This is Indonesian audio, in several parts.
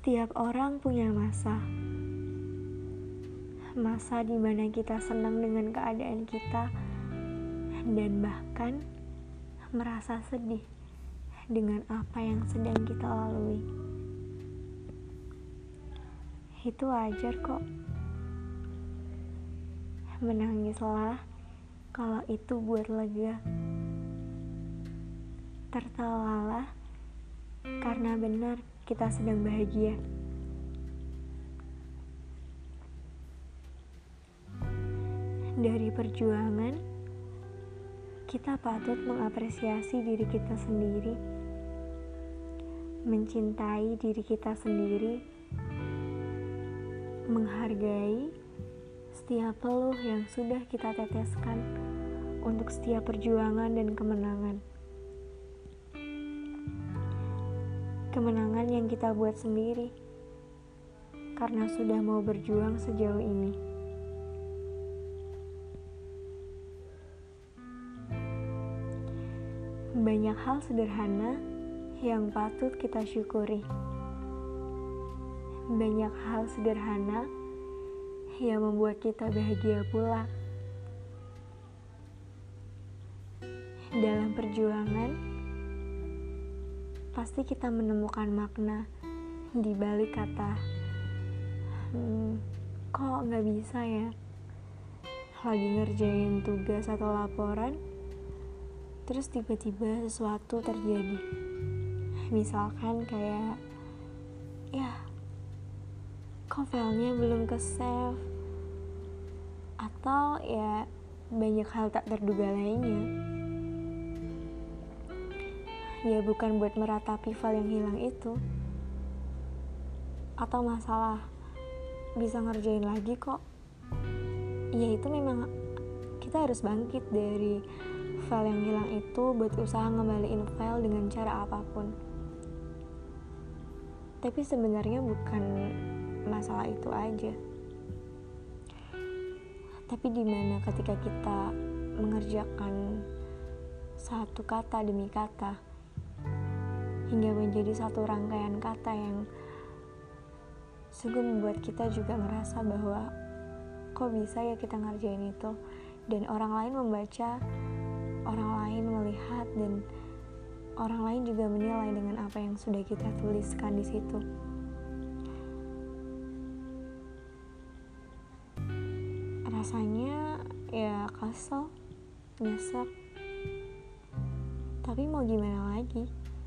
Setiap orang punya masa di mana kita senang dengan keadaan kita dan bahkan merasa sedih dengan apa yang sedang kita lalui. Itu wajar kok. Menangislah kalau itu buat lega. Tertawalah karena benar kita sedang bahagia. Dari perjuangan, kita patut mengapresiasi diri kita sendiri, mencintai diri kita sendiri, menghargai setiap peluh yang sudah kita teteskan untuk setiap perjuangan dan kemenangan. Kemenangan yang kita buat sendiri, karena sudah mau berjuang sejauh ini. Banyak hal sederhana yang patut kita syukuri. Banyak hal sederhana yang membuat kita bahagia pula. Dalam perjuangan, pasti kita menemukan makna di balik kata, kok gak bisa ya? Lagi ngerjain tugas atau laporan, terus tiba-tiba sesuatu terjadi. Misalkan kayak, kok filenya belum ke-save? Atau banyak hal tak terduga lainnya. Ya bukan buat meratapi file yang hilang itu. Atau masalah, bisa ngerjain lagi kok. Ya itu memang kita harus bangkit dari file yang hilang itu buat usaha ngembaliin file dengan cara apapun. Tapi sebenarnya bukan masalah itu aja. Tapi dimana ketika kita mengerjakan satu kata demi kata hingga menjadi satu rangkaian kata yang sungguh membuat kita juga ngerasa bahwa kok bisa ya kita ngerjain itu, dan orang lain membaca, orang lain melihat, dan orang lain juga menilai dengan apa yang sudah kita tuliskan di situ. Rasanya kesel, nyesek. Tapi mau gimana lagi?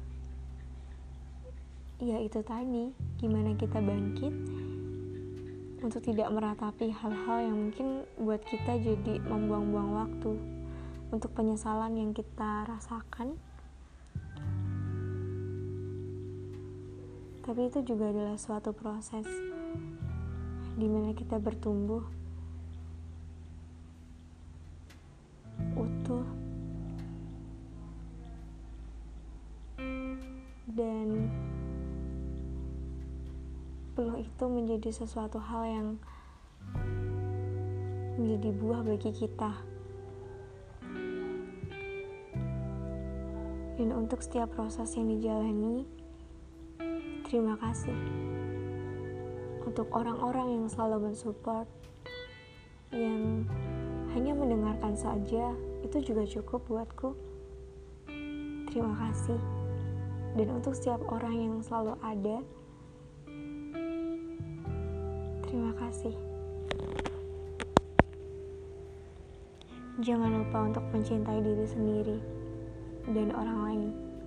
Ya itu tadi, gimana kita bangkit untuk tidak meratapi hal-hal yang mungkin buat kita jadi membuang-buang waktu untuk penyesalan yang kita rasakan. Tapi itu juga adalah suatu proses di mana kita bertumbuh utuh dan peluh itu menjadi sesuatu hal yang menjadi buah bagi kita. Dan untuk setiap proses yang dijalani, terima kasih untuk orang-orang yang selalu mensupport, yang hanya mendengarkan saja itu juga cukup buatku. Terima kasih. Dan untuk setiap orang yang selalu ada, terima kasih. Jangan lupa untuk mencintai diri sendiri dan orang lain.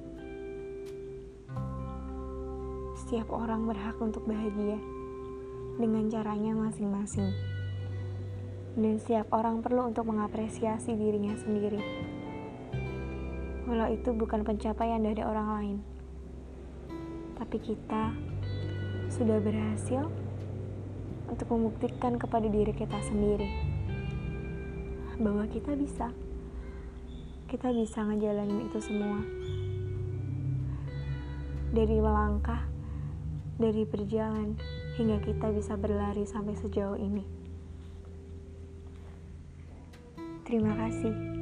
Setiap orang berhak untuk bahagia dengan caranya masing-masing. Dan setiap orang perlu untuk mengapresiasi dirinya sendiri. Walau itu bukan pencapaian dari orang lain, tapi kita sudah berhasil untuk membuktikan kepada diri kita sendiri bahwa kita bisa ngejalanin itu semua. Dari melangkah, dari berjalan, hingga kita bisa berlari sampai sejauh ini. Terima kasih.